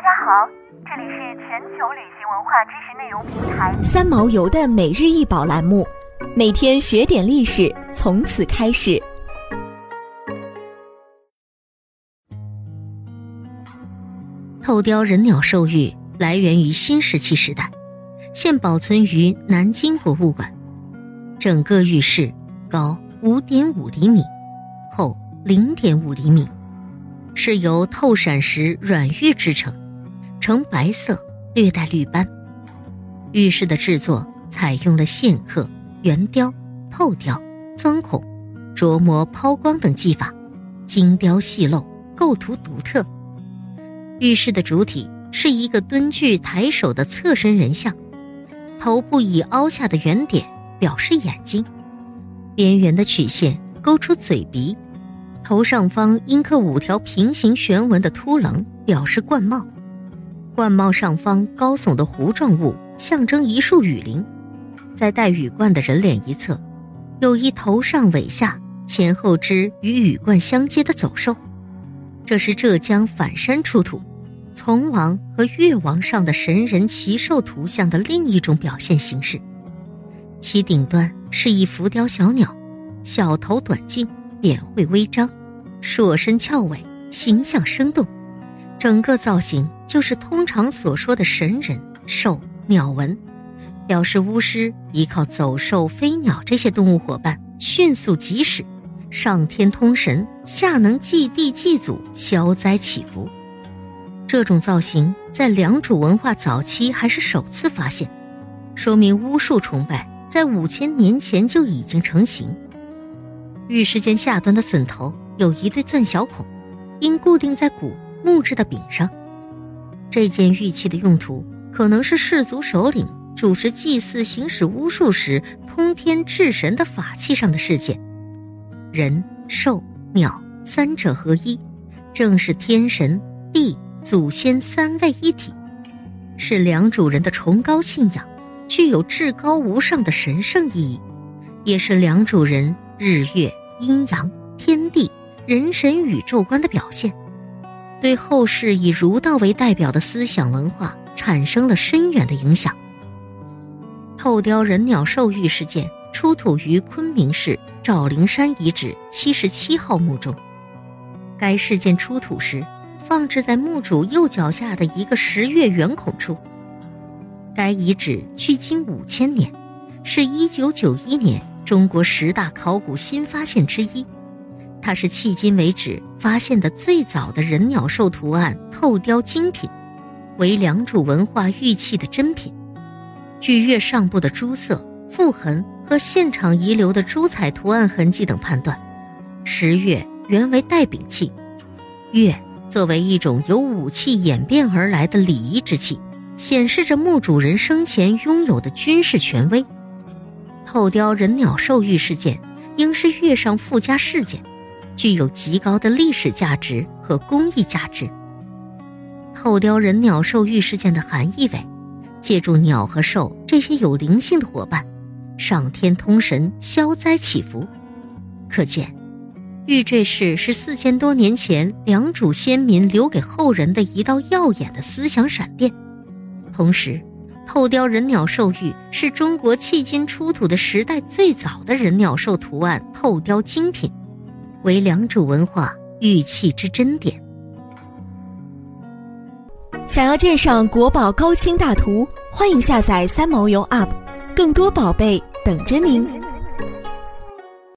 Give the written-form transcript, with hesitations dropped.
家好，这里是全球旅行文化知识内容平台三毛游的每日一宝栏目，每天学点历史，从此开始。 透雕人鸟兽玉来源于新石器时代，现保存于南京博物馆。整个玉饰高 5.5 厘米，厚 0.5 厘米，是由透闪石软玉制成，呈白色，略带绿斑。玉饰的制作采用了线刻、圆雕、透雕、钻孔、琢磨、抛光等技法，精雕细镂，构图独特。玉饰的主体是一个蹲踞抬手的侧身人像，头部以凹下的圆点表示眼睛，边缘的曲线勾出嘴鼻，头上方阴刻5条平行旋纹的凸棱表示冠帽，冠帽上方高耸的弧状物象征一束雨林，在戴羽冠的人脸一侧有一头上尾下前后肢与羽冠相接的走兽，这是浙江反山出土从王和越王上的神人骑兽图像的另一种表现形式。其顶端是一浮雕小鸟，小头短颈，脸喙微张，硕身翘尾，形象生动，整个造型就是通常所说的神人、兽、鸟纹，表示巫师依靠走兽、飞鸟这些动物伙伴迅速疾驶，上天通神，下能祭地祭祖，消灾祈福。这种造型在良渚文化早期还是首次发现，说明巫术崇拜在5000年前就已经成型。玉饰间下端的榫头有一对钻小孔，应固定在骨木质的柄上。这件玉器的用途可能是氏族首领主持祭祀行使巫术时通天治神的法器上的饰件。人、兽、鸟三者合一，正是天神、地、祖先三位一体，是良渚人的崇高信仰，具有至高无上的神圣意义，也是良渚人日月、阴阳、天地、人神宇宙观的表现，对后世以儒道为代表的思想文化产生了深远的影响。透雕人鸟兽玉事件出土于昆明市赵灵山遗址77号墓中，该事件出土时放置在墓主右脚下的一个10月圆孔处。该遗址距今5000年，是1991年中国10大考古新发现之一，它是迄今为止发现的最早的人鸟兽图案透雕精品，为良渚文化玉器的珍品。据月上部的珠色、覆痕和现场遗留的珠彩图案痕迹等判断，10月原为带柄器，月作为一种由武器演变而来的礼仪之器，显示着墓主人生前拥有的军事权威。透雕人鸟兽玉事件应是月上附加事件，具有极高的历史价值和工艺价值。透雕人鸟兽玉事件的含义为借助鸟和兽这些有灵性的伙伴，上天通神，消灾祈福。可见玉坠饰是4000多年前良渚先民留给后人的一道耀眼的思想闪电。同时，透雕人鸟兽玉是中国迄今出土的10代最早的人鸟兽图案透雕精品，为良渚文化玉器之珍典。 想要鉴赏国宝高清大图，欢迎下载三毛游 App， 更多宝贝等着您。